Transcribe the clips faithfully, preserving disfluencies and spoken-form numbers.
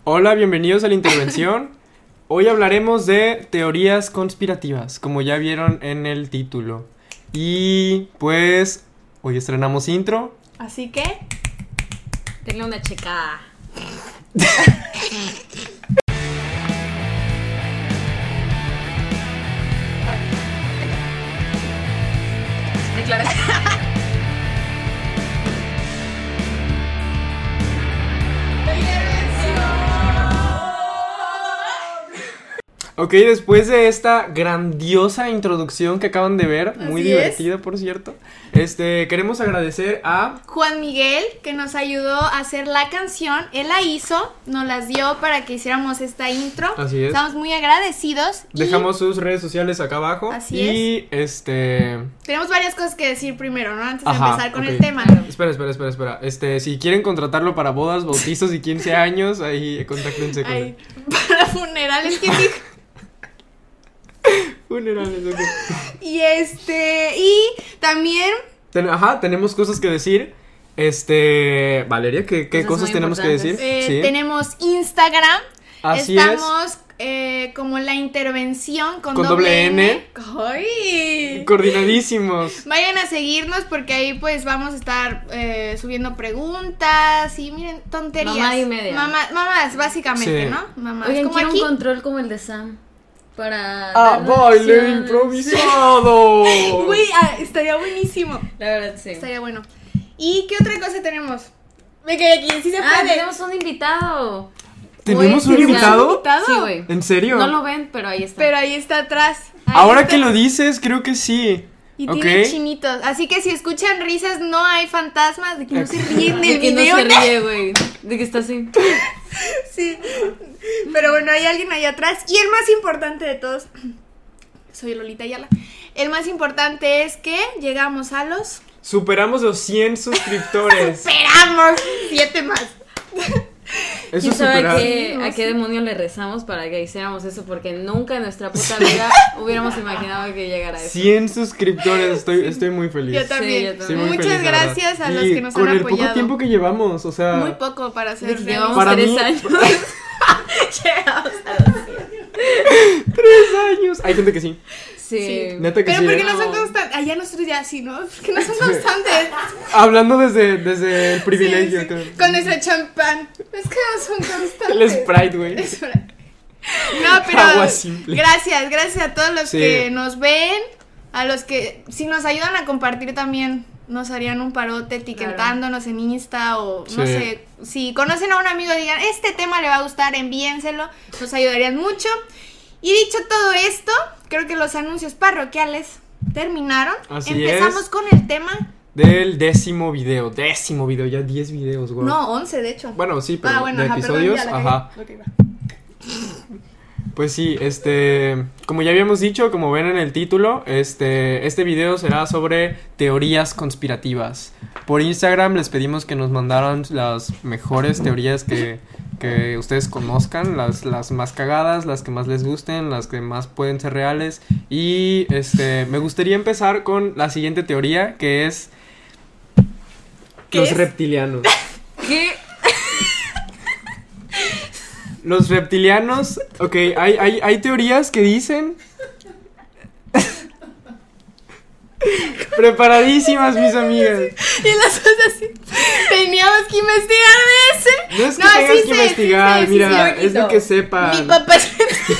Hola, bienvenidos a la intervención. Hoy hablaremos de teorías conspirativas, como ya vieron en el título. Y pues hoy estrenamos intro. Así que denle una checada. Ok, después de esta grandiosa introducción que acaban de ver, muy Así divertida, por cierto, este, queremos agradecer a Juan Miguel, que nos ayudó a hacer la canción. Él la hizo, nos las dio para que hiciéramos esta intro. Así es. Estamos muy agradecidos. Dejamos y sus redes sociales acá abajo. Así y este... tenemos varias cosas que decir primero, ¿no? Antes Ajá, de empezar con ok. el tema. Espera, espera, espera, espera. Este, si quieren contratarlo para bodas, bautizos y quince años, ahí contáctense con Ay, para funerales, ¿quién dijo? Funerales, ok. Y este, y también Ten- Ajá, tenemos cosas que decir. Este, Valeria, ¿qué, qué Cosas cosas muy tenemos que importantes. decir? eh, Sí. tenemos Instagram. Así Estamos eh, como la intervención con, Con doble N. ¡Ay! es. Coordinadísimos. Vayan a seguirnos porque ahí pues vamos a estar eh, subiendo preguntas y miren, tonterías. Mamá y media. Mamá, mamás, básicamente, Sí. ¿no? Mamás. Oigan, como quiero aquí. un control como el de Sam. Para. ¡Ah, dar baile opciones. improvisado! Güey, ah, estaría buenísimo. La verdad, sí. Estaría bueno. ¿Y qué otra cosa tenemos? Me quedé aquí, sí se Ah, puede. tenemos un invitado. ¿Tenemos Muy un especial. invitado? ¿Invitado? Sí, güey. ¿En serio? No lo ven, pero ahí está. Pero ahí está atrás. Ahí Ahora está. que lo dices, creo que sí. Y Ok. tiene chinitos. Así que si escuchan risas, no hay fantasmas. De que no se ríen De del que no video. se ríe, güey. De que está así. Sí. Pero bueno, hay alguien ahí atrás. Y el más importante de todos. Soy Lolita Ayala. El más importante es que llegamos a los. Superamos los cien suscriptores. ¡Esperamos! Siete más. Eso ¿Quién es sabe superar. qué- Sí, no a qué sé. demonio le rezamos para que hiciéramos eso? Porque nunca en nuestra puta vida hubiéramos imaginado que llegara a eso. cien suscriptores, estoy, estoy muy feliz. Yo también. yo Estoy también. muy Muchas feliz, la verdad. gracias a los Y que nos con han el apoyado. poco tiempo que llevamos, o sea... Muy poco para ser De que realistas. llevamos Para tres mí- años. Llegamos a los cien. Tres años. Hay gente que sí. Sí. Sí. Neta que Pero sí. porque ¿eh? no son constantes. Allá nosotros ya sí, ¿no? Porque no son constantes. Hablando desde, desde el privilegio. Sí, sí. que- Con nuestra champán. Es que no son constantes. El Sprite, güey. Sprite. No, pero Agua simple. gracias, gracias a todos los Sí. que nos ven, a los que si nos ayudan a compartir también nos harían un parote etiquetándonos en Insta o no Sí. sé, si conocen a un amigo digan, este tema le va a gustar, envíenselo, nos ayudarían mucho. Y dicho todo esto, creo que los anuncios parroquiales terminaron. Así Empezamos es. con el tema, Del décimo video. Décimo video, ya diez videos, güey. no, once de hecho. Bueno, sí, pero ah, bueno, de ajá, perdón, episodios, ya la cagué. ajá. Ok, va. Pues sí, este, como ya habíamos dicho, como ven en el título, este, este video será sobre teorías conspirativas. Por Instagram les pedimos que nos mandaran las mejores teorías que, que ustedes conozcan, las, las más cagadas, las que más les gusten, las que más pueden ser reales. Y este, me gustaría empezar con la siguiente teoría, que es ¿Qué los es? reptilianos. ¿Qué? Los reptilianos, ok, hay, hay, hay teorías que dicen... Preparadísimas, mis amigas. Y las cosas así. Teníamos que investigar de ese. No es que No, tengas sí que sé, investigar, sí sé, sí mira, sé, es lo que sepan. Mi papá es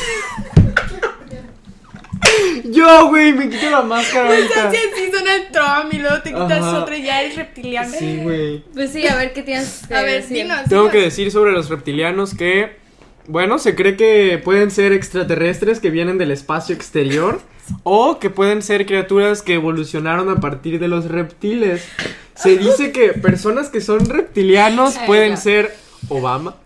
Yo, güey, me quito la máscara ahorita. así Donald Trump y luego te quitas Ajá. otro y ya eres reptiliano. Sí, güey. Pues sí, a ver qué tienes que A ver, decir. dinos. Tengo que decir sobre los reptilianos que, bueno, se cree que pueden ser extraterrestres que vienen del espacio exterior o que pueden ser criaturas que evolucionaron a partir de los reptiles. Se dice que personas que son reptilianos Ay, pueden no. ser Obama,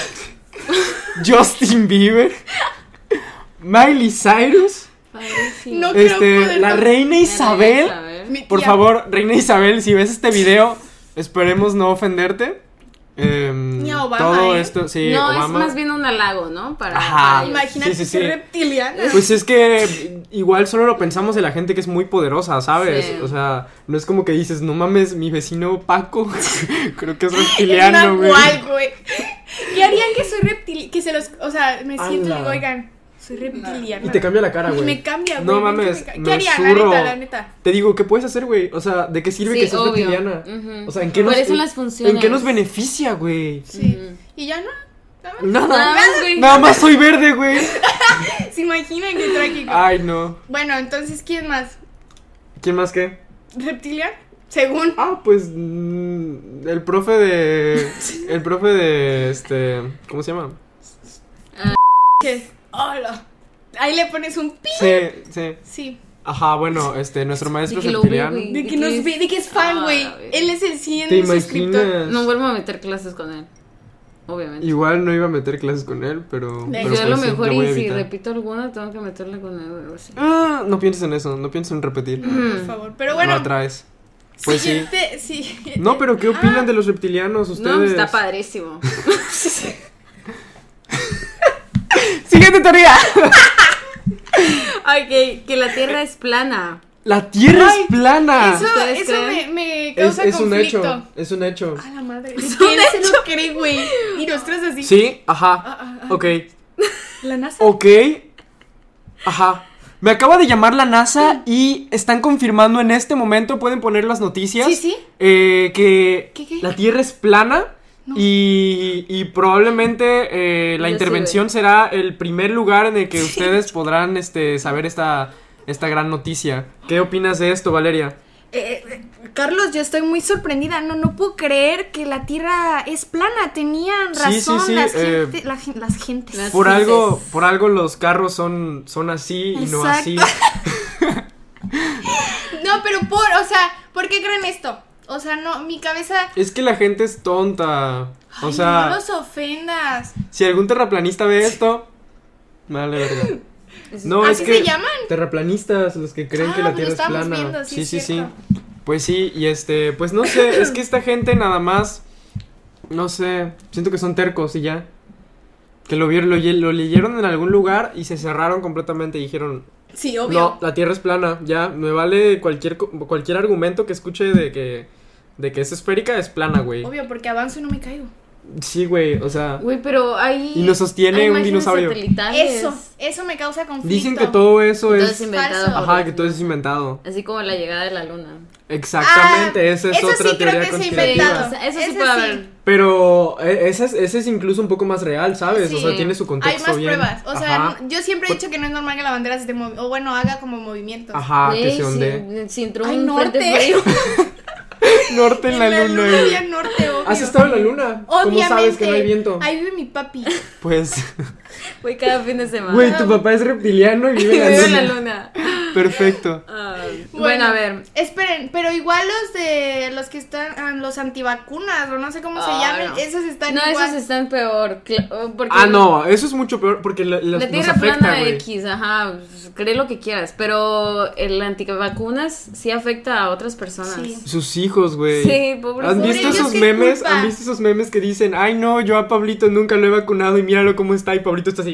Justin Bieber, Miley Cyrus, Padrísimo. No creo este, poder la con- reina Isabel. Isabel. Mi Por tía. favor, reina Isabel, si ves este video, esperemos no ofenderte. Em, Ni a Obama, todo ¿eh? esto, sí, no, Obama. es más bien un halago, ¿no? Para, Ajá. para ellos. Imagínate Sí, sí, ser sí. reptiliano. Pues es que igual solo lo pensamos de la gente que es muy poderosa, ¿sabes? Sí. O sea, no es como que dices, no mames, mi vecino Paco, creo que es Es reptiliano, una güey. cual, güey. ¿Qué harían que soy reptil? Que se los, o sea, me siento y Ala. digo, oigan, soy reptiliana. Y te cambia la cara, güey. Me cambia, güey. No ven que mames, me ca- me ¿Qué harían? La zurro. neta, la neta. Te digo, ¿qué puedes hacer, güey? O sea, ¿de qué sirve Sí, que seas obvio. reptiliana? Ujú. O sea, ¿en qué nos ¿Cuáles son en- las funciones? ¿En qué nos beneficia, güey? Sí. Ujú. Y ya no. Nada más. Nada. Nada más, güey. Nada más soy verde, güey. ¿Se imaginan qué trágico? Ay, no. Bueno, entonces, ¿quién más? ¿Quién más qué? ¿Reptiliano? Según. Ah, pues mm, el profe de el profe de este, ¿cómo se llama? ¿Qué? Hola. Ahí le pones un pi. Sí, sí. Sí. Ajá, bueno, este nuestro maestro De que lo ve, reptiliano. güey. De ¿De que qué nos es? ve, de que es fan, Ah, güey. la verga. Él es el cien ¿Te suscriptor. imaginas? No vuelvo a meter clases con él. Obviamente. Igual no iba a meter clases con él, pero, De- pero Yo a lo pues sí, mejor voy a y si evitar. repito alguna tengo que meterle con él o algo así. Ah, no pienses en eso, no pienses en repetir. Por favor. Pero bueno. Lo atraes. Pues sí. siguiente, sí. No, pero ¿qué opinan de los reptilianos ustedes? No, está padrísimo. Siguiente teoría. Ok, que la Tierra es plana. La Tierra Ay, es plana. Eso, ¿Ustedes eso me, creen? me es, causa es un conflicto. hecho, es un hecho. A la madre. Es Es que un él se lo cree, güey. Y nosotros así. Sí, ajá. Ah, ah, ah. Ok. La NASA. Ok. Ajá. Me acaba de llamar la NASA y están confirmando en este momento, pueden poner las noticias. Sí, sí. eh, que ¿Qué, qué? la Tierra es plana. No. Y, y probablemente eh, la Yo sí, intervención güey. será el primer lugar en el que ustedes podrán este, saber esta, esta gran noticia. ¿Qué opinas de esto, Valeria? Eh, eh, Carlos, yo estoy muy sorprendida. No, no puedo creer que la Tierra es plana. Tenían Sí, razón sí, sí, las, eh, gente- la gen- las gentes. Las- Por gentes. algo, por algo los carros son, son así y no así. No, pero por, o sea, ¿por qué creen esto? O sea, no, mi cabeza. Es que la gente es tonta. O Ay, sea, no los ofendas. si algún terraplanista ve esto, me vale verga. No, ¿Así es que se llaman? terraplanistas, los que creen Ah, que la pues Tierra lo es estábamos plana. viendo, sí, sí, es sí, sí. cierto. Pues sí, y este, pues no sé, es que esta gente nada más, no sé, siento que son tercos y ya. Que lo vieron, lo, lo leyeron en algún lugar y se cerraron completamente y dijeron, Sí, obvio. no, la Tierra es plana, ya, me vale cualquier co- cualquier argumento que escuche de que de que es esférica, es plana, güey. Obvio, porque avanzo y no me caigo. Sí, güey, o sea, Güey, pero hay. Y nos sostiene hay un imágenes dinosaurio. satelitales. Eso, eso me causa conflicto. dicen que todo eso Todo es, es inventado. falso. por ajá, los- que todo es inventado. Así como la llegada de la luna. Exactamente, Ah, esa es eso otra sí creo teoría que se conspirativa. inventado. O sea, eso sí Eso puede sí. haber. Pero eh, ese es, ese es incluso un poco más real, ¿sabes? O Sí. sea, tiene su contexto Hay más bien. pruebas. O sea, Ajá. yo siempre he dicho que no es normal que la bandera se esté moviendo. O bueno, haga como movimientos. Ajá, que Güey, se ondee. si, si entró Ay, un frente norte. frío. Norte en la, luna. güey. Vía norte, obvio. ¿Has estado en la luna? ¿Cómo Obviamente. sabes que no hay viento? Ahí vive mi papi. Pues, Güey, cada fin de semana. güey, tu papá es reptiliano y vive en la Vive en la luna. luna. Perfecto. Ah, bueno, a ver. Esperen, pero igual los de los que están, ah, los antivacunas, o no sé cómo se Ah, llaman, no. esos están No, igual. esos están peor. cl- Porque Ah, no, eso es mucho peor porque la, la- La nos tierra afecta, plana güey. X, ajá, pues, cree lo que quieras, pero el antivacunas sí afecta a otras personas. Sí. Sus hijos, güey. Sí, pobres. ¿Han Por visto ellos, esos ¿qué memes? culpa? ¿Han visto esos memes que dicen, ay no, yo a Pablito nunca lo he vacunado y míralo cómo está y Pablito está así?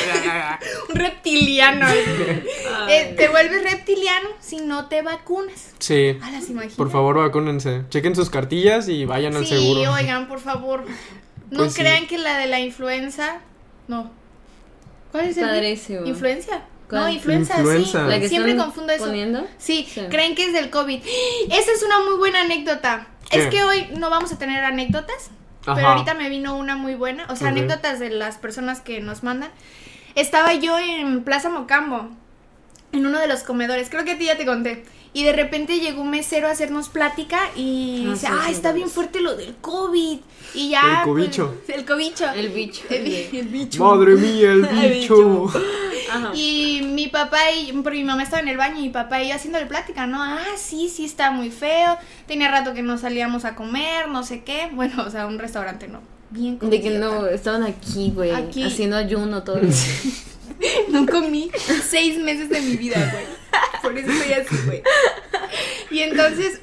Un reptiliano. Eh, te vuelves reptiliano si no te vacunas. Sí. Ah, las imaginas. Por favor, vacúnense. Chequen sus cartillas y vayan al Sí, seguro. oigan, por favor. No Pues sí. crean que la de la influenza. No. ¿Cuál es el? Padrísimo. ¿Influencia? ¿Cuál? No, influenza, Influenza. sí. La que Siempre están confundo eso. poniendo. Sí, Sí. creen que es del COVID. Esa es una muy buena anécdota. ¿Qué? Es que hoy no vamos a tener anécdotas, Ajá. pero ahorita me vino una muy buena. O sea, Ok. anécdotas de las personas que nos mandan. Estaba yo en Plaza Mocambo, en uno de los comedores. Creo que a ti ya te conté. Y de repente llegó un mesero a hacernos plática y Ah, dice, sí, ah, sí, está sí. bien fuerte lo del COVID. Y ya. El cobicho. pues, el cobicho. El bicho. El, el bicho. Madre mía, el El bicho. Ajá. Y mi papá y porque mi mamá estaba en el baño y mi papá y yo haciéndole plática, ¿no? Ah, sí, sí, está muy feo. Tenía rato que no salíamos a comer, no sé qué. Bueno, o sea, un restaurante, ¿no? Bien De que comida. no, estaban aquí, güey, Aquí. haciendo ayuno todo el día. No comí seis meses de mi vida, güey. Por eso estoy así, güey. Y entonces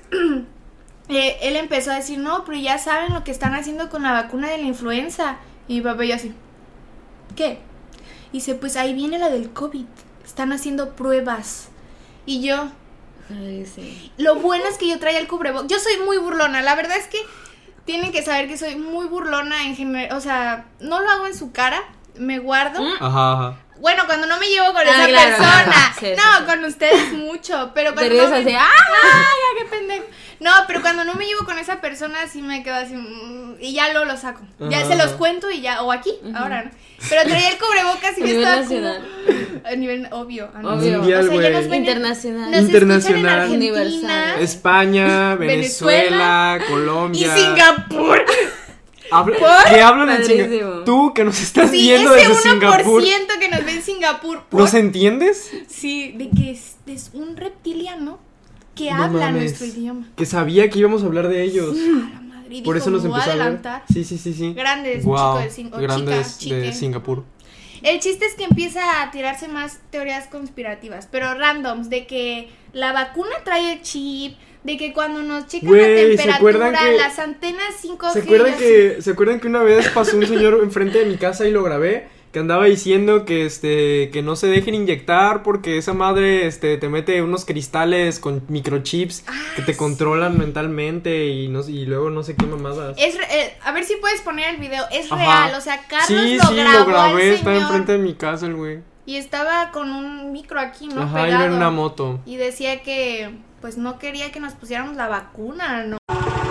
eh, él empezó a decir, no, pero ya saben lo que están haciendo con la vacuna de la influenza. Y mi papá y yo así, ¿qué? Y dice, pues ahí viene la del COVID. Están haciendo pruebas. Y yo, Ay, sí. lo bueno es que yo traía el cubrebocas. Yo soy muy burlona, la verdad es que tienen que saber que soy muy burlona en general, o sea, no lo hago en su cara, me guardo. Ajá, ajá. Bueno, cuando no me llevo con Ah, esa claro. persona. Sí, sí, no, sí. con ustedes mucho, pero Te cuando ríes no me... así, ¡ah! ¡Ay, qué pendejo! No, pero cuando no me llevo con esa persona sí me quedo así mm, y ya lo lo saco. Ya Ajá. se los cuento y ya, o aquí, ahora, ¿no? Pero traía el cubrebocas y A yo nivel estaba nacional. como... A nivel obvio. ah, no. Obvio. Mundial, O sea, ya güey. nos ven en- Internacional. nos Internacional. escuchan en Argentina Universal. España, Venezuela Venezuela, Colombia. y Singapur. Habla- ¿Por? ¿Qué hablan en Padrísimo. Singapur? Tú que nos estás Sí, viendo ese desde uno por Singapur. ciento que nos ve en Singapur. ¿por? ¿Nos entiendes? Sí, de que es, es un reptiliano que No habla mames. nuestro idioma. Que sabía que íbamos a hablar de ellos. A la madre. y Por dijo, eso nos "Me voy empezó a ver. adelantar". Sí, sí, sí, sí. Grandes, Wow, chico de Sing- o grandes chica, de chique. Singapur. El chiste es que empieza a tirarse más teorías conspirativas, pero randoms, de que la vacuna trae el chip, de que cuando nos checan Güey, la ¿se temperatura, acuerdan que- las antenas cinco G... ¿Se acuerdan ya que se acuerdan que una vez pasó un señor enfrente de mi casa y lo grabé? Que andaba diciendo que este que no se dejen inyectar porque esa madre este te mete unos cristales con microchips Ah, que te sí. controlan mentalmente y no y luego no sé qué mamadas. Es re- eh, a ver si puedes poner el video, es Ajá. real, o sea, Carlos sí, lo sí, grabó lo grabé, al estaba señor enfrente de mi casa el güey. y estaba con un micro aquí, ¿no? Ajá, Pegado. iba en una moto. Y decía que pues no quería que nos pusiéramos la vacuna, ¿no?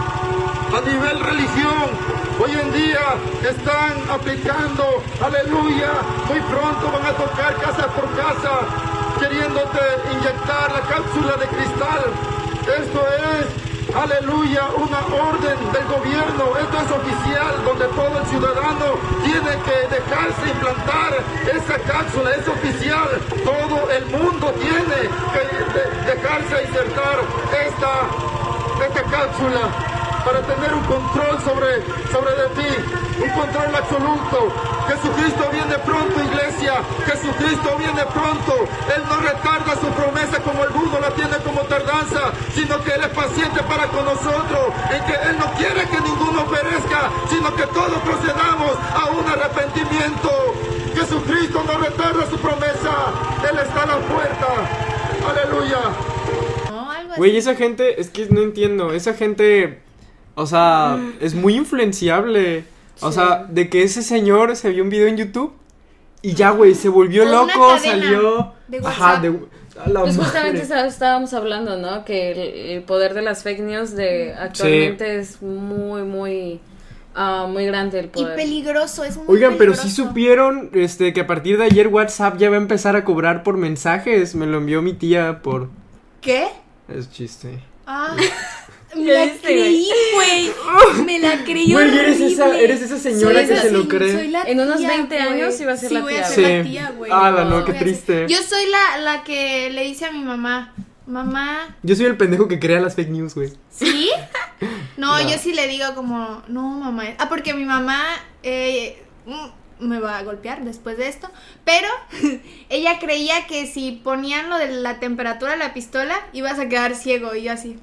A nivel religión, hoy en día están aplicando, aleluya, muy pronto van a tocar casa por casa, queriéndote inyectar la cápsula de cristal. Esto es, aleluya, una orden del gobierno, esto es oficial, donde todo el ciudadano tiene que dejarse implantar esa cápsula, es oficial, todo el mundo tiene que de- dejarse insertar esta, esta cápsula, para tener un control sobre, sobre de ti, un control absoluto. Jesucristo viene pronto, iglesia, Jesucristo viene pronto. Él no retarda su promesa como alguno la tiene como tardanza, sino que Él es paciente para con nosotros, en que Él no quiere que ninguno perezca, sino que todos procedamos a un arrepentimiento. Jesucristo no retarda su promesa, Él está a la puerta. Aleluya. No, algo así. Güey, esa gente, es que no entiendo, esa gente, o sea, es muy influenciable. O Sí. sea, de que ese señor se vio un video en YouTube y ya, güey, se volvió O una loco, cadena salió. de Ajá, WhatsApp. de. A la Pues madre. justamente está- estábamos hablando, ¿no? Que el, el poder de las fake news de actualmente es muy, muy, ah, muy grande el Y poder. peligroso, es muy Oigan, pero sí peligroso. supieron este, que a partir de ayer WhatsApp ya va a empezar a cobrar por mensajes. Me lo envió mi tía por. ¿Qué? Es chiste. Ah, me ¿Qué la viste, creí, güey. Me la creí Güey, horrible. eres esa, eres esa señora Soy que esa se lo se- cree. soy la En unos tía, veinte güey. años iba a ser Sí, la voy tía. a ser Sí. la tía, güey. Ala, no, Sí, qué voy a ser- triste. Yo soy la, la que le dice a mi mamá, mamá, Yo soy el pendejo que crea las fake news, güey. ¿sí? No, No. yo sí le digo como, no, mamá. Ah, porque mi mamá eh, mm, me va a golpear después de esto. Pero ella creía que si ponían lo de la temperatura de la pistola, ibas a quedar ciego. Y yo así.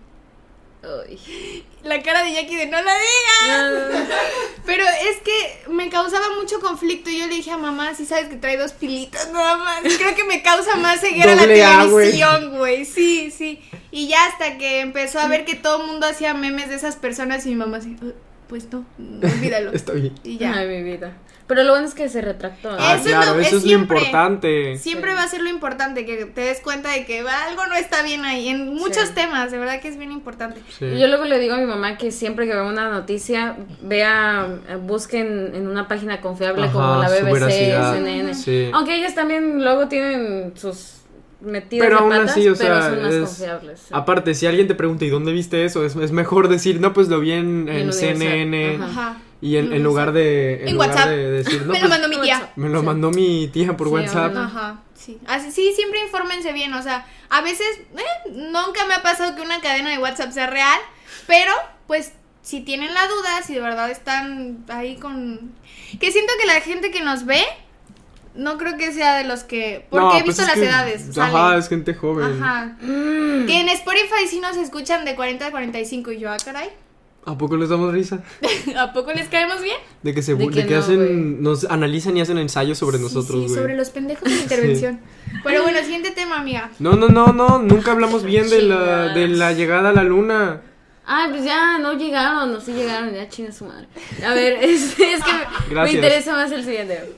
Uy. La cara de Jackie de no la digas. Ah, Pero es que me causaba mucho conflicto. Y yo le dije a mamá, si sabes que trae dos pilitas nada más. Creo que me causa más ceguera la Doble A, güey. televisión, güey. Sí, sí. Y ya hasta que empezó a ver que todo el mundo hacía memes de esas personas y mi mamá así, "Uh, pues no, olvídalo. Está bien. Y ya. Ay, mi vida. Pero lo bueno es que se retractó. ¿no? Ah, Eso es claro, lo- eso es es lo siempre. importante. Siempre Sí. va a ser lo importante, que te des cuenta de que algo no está bien ahí. En muchos Sí. temas, de verdad que es bien importante. Sí. Yo luego le digo a mi mamá que siempre que vea una noticia, vea, eh, busquen en una página confiable Ajá, como la su B B C, veracidad. C N N. Sí. Aunque ellos también luego tienen sus metidas Pero de aún patas, así, o pero sea, son más es- confiables. sí. Aparte, si alguien te pregunta ¿y dónde viste eso? Es, es mejor decir, no, pues lo vi en, En en C N N. Universal. Ajá. Y en, en lugar de, en En lugar WhatsApp. de decir, no, Me lo pues, mandó mi tía. me lo Sí. mandó mi tía por Sí, WhatsApp. ajá. Ajá, sí. Así, sí, siempre infórmense bien, o sea, a veces eh, nunca me ha pasado que una cadena de WhatsApp sea real, pero pues si tienen la duda, si de verdad están ahí con... Que siento que la gente que nos ve, no creo que sea de los que... Porque No, he pues visto es las que- edades. Ajá, sale. es gente joven. Ajá. Que en Spotify sí nos escuchan de cuarenta a cuarenta y cinco y yo, ah, caray. ¿A poco les damos risa? ¿A poco les caemos bien? De que se De bu- que de que no, hacen, güey. nos analizan y hacen ensayos sobre Sí, nosotros, sí, güey. sobre los pendejos de intervención. Pero bueno, siguiente tema, amiga. No, no, no, no, nunca hablamos bien de la, Chingadas. de la llegada a la luna. Ah, pues ya no llegaron, no sí llegaron, ya chinga su madre. A ver, es, es que me, me interesa más el siguiente.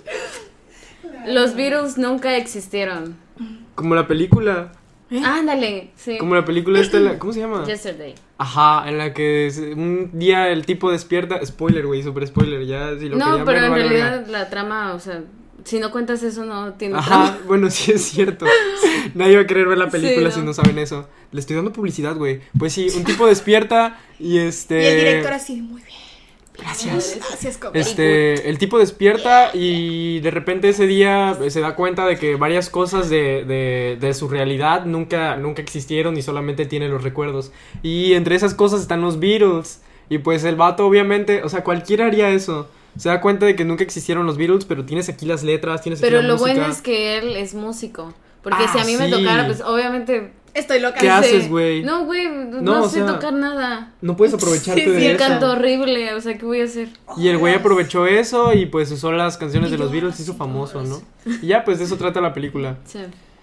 Los Beatles nunca existieron. Como la película. ¿Eh? Ándale, sí. Como la película esta, la, ¿cómo se llama? Yesterday. Ajá, en la que un día el tipo despierta. Spoiler, güey, super spoiler. Ya, si lo no, pero ver, en vale, realidad verga. la trama, o sea, si no cuentas eso, no tiene Ajá, trama. bueno, sí es cierto. Nadie va a querer ver la película Sí, si no. no saben eso. Le estoy dando publicidad, güey. Pues sí, un tipo despierta y este. Y el director así, muy bien. Gracias. Gracias, Coco. Este, el tipo despierta y de repente ese día se da cuenta de que varias cosas de, de, de su realidad nunca, nunca existieron y solamente tiene los recuerdos. Y entre esas cosas están los Beatles. Y pues el vato obviamente, o sea, cualquiera haría eso. Se da cuenta de que nunca existieron los Beatles, pero tienes aquí las letras, tienes aquí Pero la lo música. bueno es que él es músico. Porque Ah, si a mí me sí. tocara, pues obviamente... Estoy loca. ¿Qué Sí. haces, güey? No, güey, no, No, o sé sea, tocar nada. No puedes aprovecharte Sí, de sí, Y eso. canto horrible, o sea, ¿qué voy a hacer? Y el güey aprovechó eso y pues usó las canciones Y de los yo, Beatles, se hizo sí, famoso, ¿no? todos. Y ya, pues de eso trata la película. Sí.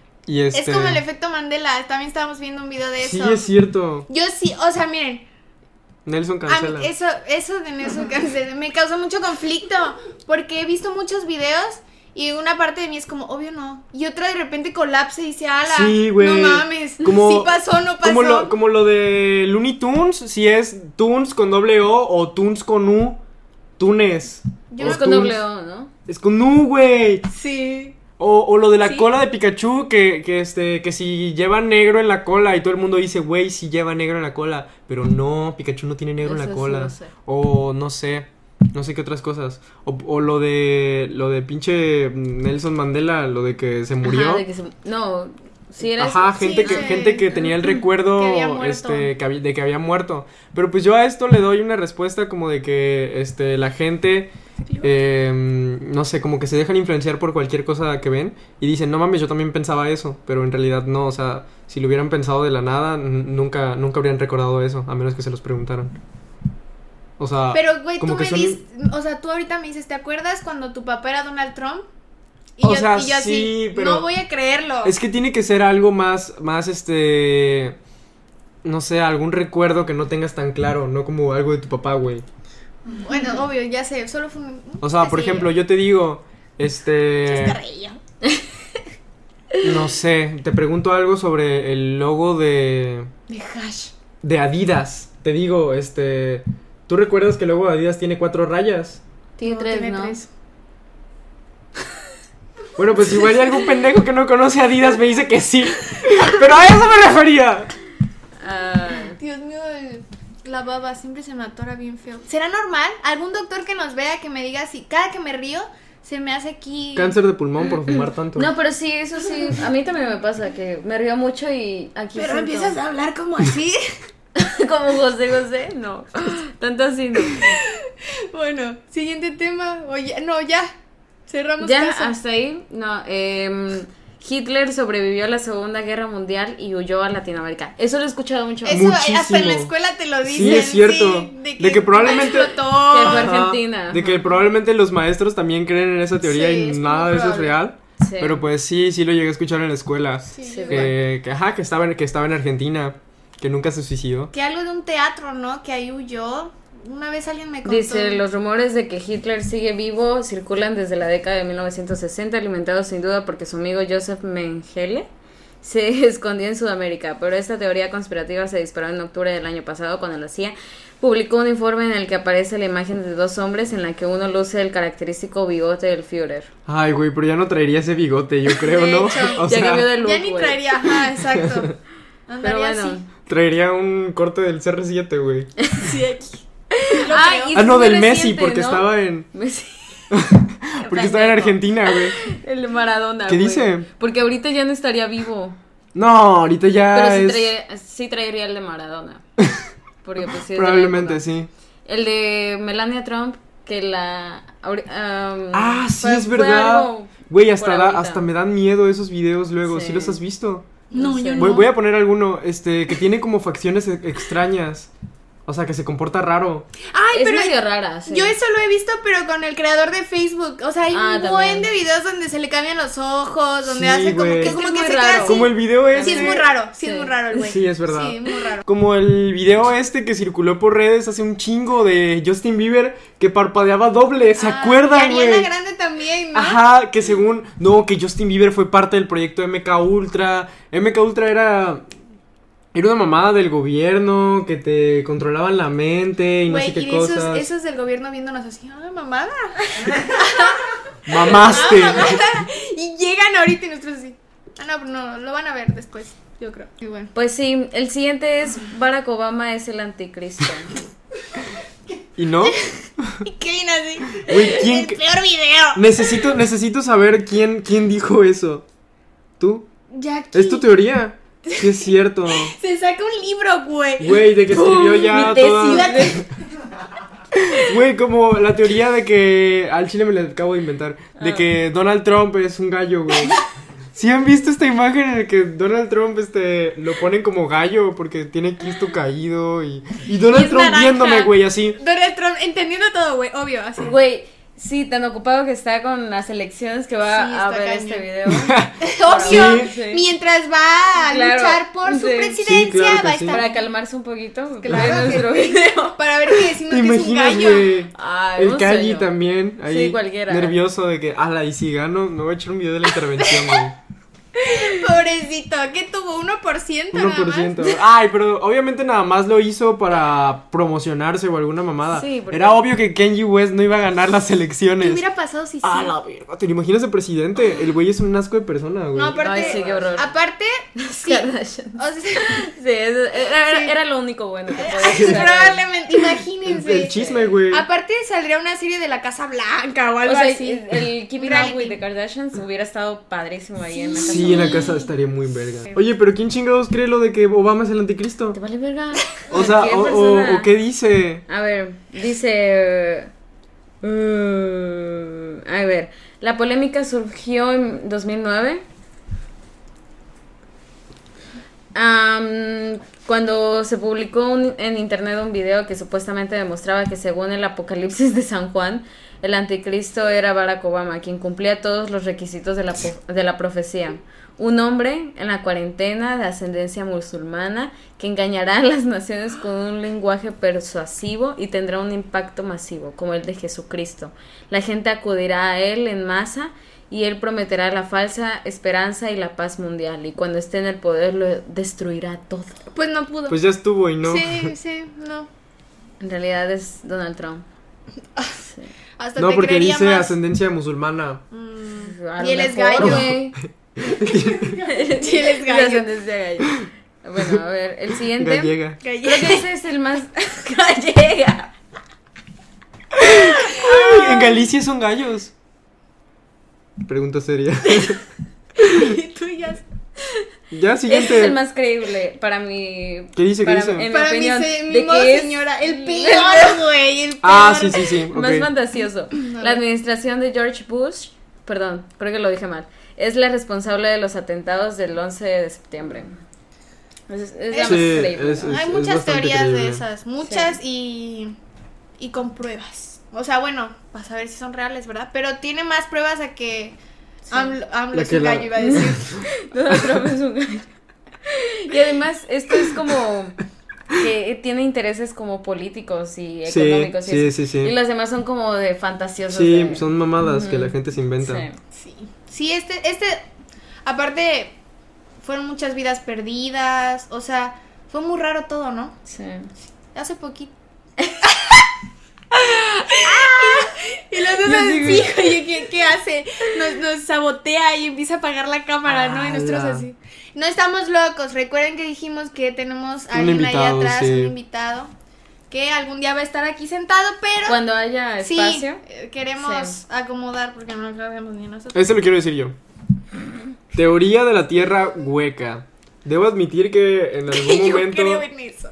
Y este... Es como el efecto Mandela. También estábamos viendo un video de Sí, eso. es cierto. Yo sí, o sea, miren. Nelson A cancela. mí eso, eso de Nelson Cancela me causó mucho conflicto. Porque he visto muchos videos. Y una parte de mí es como, obvio no. Y otra de repente colapsa y dice, ala, Sí, güey. no mames. Como- sí pasó, no pasó. Como lo, como lo de Looney Tunes, si es Tunes con doble O o Tunes con U, Tunes. Yo O Es con Tunes. doble O, ¿no? Es con U, güey. Sí. O, o lo de la Sí. cola de Pikachu, que, que este, que si lleva negro en la cola y todo el mundo dice, güey, si lleva negro en la cola. Pero no, Pikachu no tiene negro en Eso la sí cola. lo sé. O no sé, no sé qué otras cosas. O, o lo de, lo de pinche Nelson Mandela, lo de que se murió. Ajá, de que se... No, si era Ajá, eso. gente Sí, que sí. gente que tenía el recuerdo Que había muerto. este que había- de que había muerto. Pero pues yo a esto le doy una respuesta como de que este la gente eh, no sé, como que se dejan influenciar por cualquier cosa que ven y dicen, "No mames, yo también pensaba eso", pero en realidad no, o sea, si lo hubieran pensado de la nada, n- nunca nunca habrían recordado eso, a menos que se los preguntaran. O sea, Pero, güey, tú como me que son- dices, o sea, tú ahorita me dices, ¿te acuerdas cuando tu papá era Donald Trump? Y O yo, sea, y yo así, sí, pero- no voy a creerlo. Es que tiene que ser algo más, más este, no sé, algún recuerdo que no tengas tan claro, no como algo de tu papá, güey. Bueno, obvio, ya sé, solo fue un... O sea, por ejemplo, yo te digo, este, Chascarrillo. no sé, te pregunto algo sobre el logo de, De hash. de Adidas. Te digo, este, ¿tú recuerdas que el logo de Adidas tiene cuatro rayas? Tiene No, tres, tiene ¿no? tres. Bueno, pues igual hay algún pendejo que no conoce Adidas me dice que sí, pero a eso me refería. Ah, Dios mío, el- la baba siempre se me atora bien feo. ¿Será normal? ¿Algún doctor que nos vea que me diga si cada que me río se me hace aquí... Cáncer de pulmón por fumar tanto. no, pero sí, eso sí, a mí también me pasa, que me río mucho y aquí Pero siento- empiezas a hablar como así. como José José, no, tanto así no. Bueno, siguiente tema. O ya- no, ya. Cerramos Ya, casa. hasta ahí, no, eh, Hitler sobrevivió a la Segunda Guerra Mundial y huyó a Latinoamérica. Eso lo he escuchado mucho. Eso Muchísimo. hasta en la escuela te lo dicen. Sí, es cierto. sí, De que probablemente- explotó. Que fue Ajá, Argentina. de que probablemente los maestros también creen en esa teoría Sí, y es nada muy de eso es probable. real. Sí. Pero pues sí, sí lo llegué a escuchar en la escuela. Sí, Sí, yo igual. Que, que, ajá, que estaba, en, que estaba en Argentina, que nunca se suicidó. Que algo de un teatro, ¿no? Que ahí huyó. Una vez alguien me contó. Dice, los rumores de que Hitler sigue vivo circulan desde la década de mil novecientos sesenta, alimentados sin duda porque su amigo Joseph Mengele se escondió en Sudamérica, pero esta teoría conspirativa se disparó en octubre del año pasado cuando la C I A publicó un informe en el que aparece la imagen de dos hombres en la que uno luce el característico bigote del Führer. Ay, güey, pero ya no traería ese bigote, yo creo, De ¿no? hecho. O Ya sea, cambió de look, Ya ni güey. traería, ajá, exacto. Pero Andaría bueno. así. traería un corte del C R siete, güey. Sí, aquí. Lo Ah, creo. y Ah, es no, muy del Messi, reciente, porque ¿no? estaba en... Messi. Porque estaba en Argentina, güey. El de Maradona. ¿Qué güey. dice? Porque ahorita ya no estaría vivo. No, ahorita ya Pero sí, es... traería, sí traería el de Maradona. Porque pues sí es de la Probablemente época. sí. El de Melania Trump, que la... ahori- um, Ah, sí, fue- es fue verdad. algo Güey, hasta, por da- ahorita. hasta me dan miedo esos videos luego. ¿Sí, Sí. los has visto? No, sé. yo no. Voy, voy a poner alguno, este, que tiene como facciones e- extrañas. O sea, que se comporta raro. Ay, Es pero medio rara, sí. yo eso lo he visto, pero con el creador de Facebook. O sea, hay Ah, un también. buen de videos donde se le cambian los ojos, donde Sí, hace como güey. que, Es como que que es se muy queda raro. así. Como el video este. Sí, es muy raro, sí, Sí. es muy raro el güey. Sí, es verdad. Sí, muy raro. Como el video este que circuló por redes hace un chingo de Justin Bieber que parpadeaba doble, ¿se Ah, acuerdan, y güey? Ariana Grande también, ¿no? Ajá, que según, no, que Justin Bieber fue parte del proyecto M K Ultra. M K Ultra era era una mamada del gobierno que te controlaban la mente y no Güey, sé qué y de esos, cosas. esos del gobierno viéndonos así, ¡ay, mamada! Mamaste. Ah, mamada. Y llegan ahorita y nosotros así. Ah, no, no, lo van a ver después, yo creo. Y bueno. Pues sí, el siguiente es Barack Obama es el anticristo. ¿Y no? ¿Y qué viene así? Güey, ¿quién El que- peor video. Necesito, necesito saber quién, quién dijo eso. ¿Tú? Jackie. ¿Es tu teoría? Sí, es cierto. Se saca un libro, güey. Güey, de que escribió ya Mi tesis. toda... Güey, como la teoría de que... Al chile me la acabo de inventar. De Ah. que Donald Trump es un gallo, güey. ¿Sí han visto esta imagen en la que Donald Trump este, lo ponen como gallo porque tiene Cristo caído y... Y Donald Y es Trump naranja. viéndome, güey, así. Donald Trump entendiendo todo, güey, obvio, así. Güey, sí, tan ocupado que está con las elecciones que va Sí, a está ver cañón. este video. Obvio, Sí. Sí. mientras va a Claro, luchar por su sí. presidencia, Sí, claro que va a sí. estar Para calmarse un poquito, Claro ve que nuestro sí. video. para ver que decimos ¿Te que es un imaginas, gallo. güey? Ay, El un Calle sueño. también, ahí Sí, cualquiera. nervioso de que, ala, y si gano, me voy a echar un video de la intervención, güey. Pobrecito, ¿qué tuvo? uno por ciento uno por ciento. Ay, pero obviamente nada más lo hizo para promocionarse o alguna mamada. Sí, porque- Era obvio que Kanye West no iba a ganar las ¿Qué elecciones. hubiera pasado si sí? Ah, la verga, ¿te lo imaginas de presidente? El güey es un asco de persona, güey. No, aparte, Ay, sí, qué horror. aparte, sí, Kardashian. o sea, Sí, eso- era, era, Sí. era lo único bueno que podía sí, pasar. probablemente, imagínense. El, el chisme, güey. Aparte saldría una serie de la Casa Blanca o algo O sea, así. el, el Keeping Reality. Up with the Kardashians hubiera estado padrísimo ahí en la casa. Sí, en la casa estaría muy verga. Oye, pero ¿quién chingados cree lo de que Obama es el anticristo? ¿Te vale verga? O sea, Cualquier o, persona. o, o qué dice. A ver, dice... uh, a ver, la polémica surgió en dos mil nueve. Am, cuando se publicó un- en internet un video que supuestamente demostraba que según el Apocalipsis de San Juan, el anticristo era Barack Obama, quien cumplía todos los requisitos de la, po- de la profecía. Un hombre en la cuarentena de ascendencia musulmana que engañará a las naciones con un lenguaje persuasivo y tendrá un impacto masivo, como el de Jesucristo. La gente acudirá a él en masa y él prometerá la falsa esperanza y la paz mundial. Y cuando esté en el poder lo destruirá todo. Pues no pudo. Pues ya estuvo y no. Sí, sí, no. En realidad es Donald Trump. Sí. Hasta No, te porque creería dice más. ascendencia musulmana. Mm, A y lo él es mejor, gallo. güey. Y él es De gallo. ascendencia gallo. Bueno, a ver, el siguiente. Gallega. Gallo. Creo que ese es el más gallega. Ay, en Galicia son gallos. Pregunta seria. Y tú ya. Ya, Ese siguiente. es el más creíble para mi. ¿Qué dice? ¿Qué para, dice? en mi Para mí, opinión, se, de mismo que es señora. El peor, güey. El peor. Ah, sí, sí, sí. más ok. fantasioso. La administración de George Bush, perdón, creo que lo dije mal, es la responsable de los atentados del once de septiembre. Es, es la más Sí, creíble. es- ¿no? Hay es muchas bastante teorías de creíble. esas. Muchas y. Y con pruebas. O sea, bueno, para saber si son reales, ¿verdad? Pero tiene más pruebas a que. AMLO, AMLO La es que un la- gallo, iba a decir. Donald Trump es un gallo. Y además, esto es como que tiene intereses como políticos y Sí, económicos. y sí, eso. sí, sí. Y los demás son como de fantasiosos. Sí, de- son mamadas que Ujú. la gente se inventa. Sí. Sí. Sí, este. este aparte, fueron muchas vidas perdidas. O sea, fue muy raro todo, ¿no? Sí. Hace poquito. Y los dos así, oye, ¿qué, ¿qué hace? Nos, nos sabotea y empieza a apagar la cámara, ¿no? Y nosotros Ala. así. No estamos locos. Recuerden que dijimos que tenemos a Un alguien ahí invitado, atrás, sí. un invitado, que algún día va a estar aquí sentado, pero Cuando haya sí, espacio. eh, queremos Sí. acomodar porque no lo sabemos ni nosotros. Este lo quiero decir yo. Teoría de la tierra hueca. Debo admitir que en algún Yo momento. creo en eso.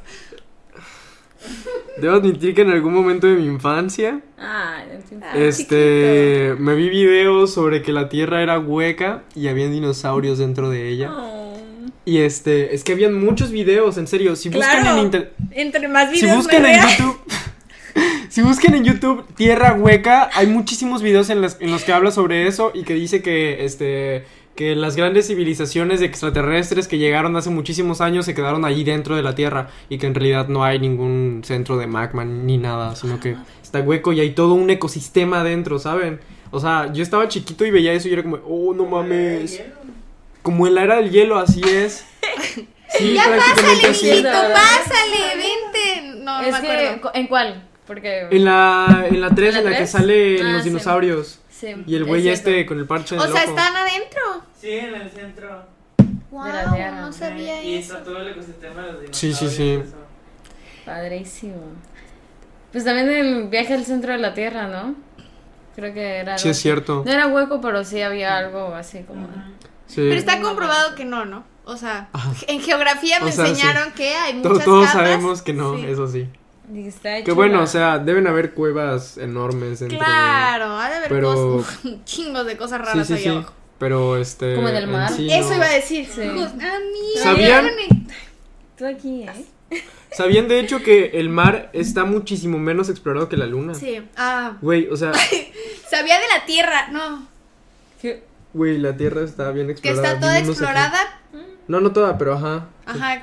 Debo admitir que en algún momento de mi infancia. Ah, entiendo. Ah, Este. Me vi videos sobre que la tierra era hueca y había dinosaurios dentro de ella. Oh. Y este, es que habían muchos videos, en serio. Si buscan Claro. en internet. Entre más Si videos buscan me en vea. YouTube. Si buscan en YouTube Tierra Hueca, hay muchísimos videos en, las- en los que habla sobre eso y que dice que este que las grandes civilizaciones de extraterrestres que llegaron hace muchísimos años se quedaron allí dentro de la Tierra y que en realidad no hay ningún centro de magma ni nada, sino que está hueco y hay todo un ecosistema adentro, ¿saben? O sea, yo estaba chiquito y veía eso y era como, oh, no mames. Como en la era del hielo, así es. Sí, Ya prácticamente pásale, así. mijito, ¿verdad? pásale, vente. No, no Es me que, acuerdo. ¿en cuál? Porque... En la, en la tres, ¿En la en la que tres? sale Ah, los sí. dinosaurios. Sí, Y el es güey cierto. este con el parche en O el sea, ojo. ¿están adentro? Sí, en el centro. Wow, De la Tierra. no sabía Y eso. está todo el ecosistema de los dinosaurios. Sí, sí, sí. eso. Padrísimo. Pues también el viaje al centro de la Tierra, ¿no? Creo que era... Sí, algo es así. cierto. No era hueco, pero sí había algo así como... Sí. Pero está comprobado que no, ¿no? O sea, Ajá. en geografía me O sea, sí. enseñaron que hay To- muchas Todos capas. sabemos que no, Sí. eso sí. Y está Que chula. bueno, o sea, deben haber cuevas enormes entre... Claro, ha de haber Pero- cosas, chingos de cosas Sí, raras sí, ahí sí. abajo. Pero este... Como en el mar. sí, Eso no. iba a decir. Sí. Just- ah, mira, ¿Sabían? pone. Tú aquí, ¿eh? ¿Sabían de hecho que el mar está muchísimo menos explorado que la luna? Sí. Ah, Güey, o sea, sabía de la Tierra, no. ¿Qué? güey, la Tierra está bien Que explorada. está toda vivimos aquí. explorada. No, no toda, pero ajá. Ajá.